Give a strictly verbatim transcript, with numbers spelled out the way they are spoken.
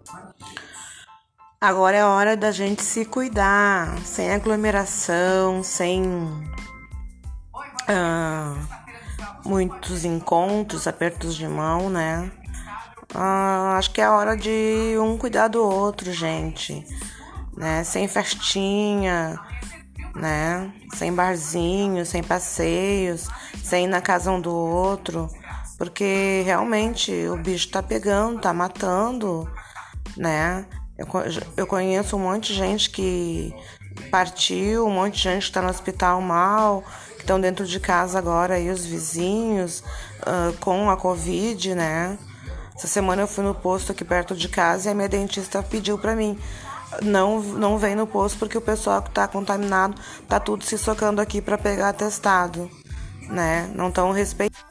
Agora é hora da gente se cuidar, sem aglomeração, sem ah, muitos encontros, apertos de mão, né? Ah, acho que é hora de um cuidar do outro, gente, né? Sem festinha, né? Sem barzinho, sem passeios, sem ir na casa um do outro, porque realmente o bicho tá pegando, tá matando, né? Eu, eu conheço um monte de gente que partiu, um monte de gente que tá no hospital mal, que estão dentro de casa agora aí, os vizinhos, uh, com a Covid, né? Essa semana eu fui no posto aqui perto de casa e a minha dentista pediu pra mim: não, não vem no posto porque o pessoal que tá contaminado tá tudo se socando aqui pra pegar atestado, né? Não estão respeitando.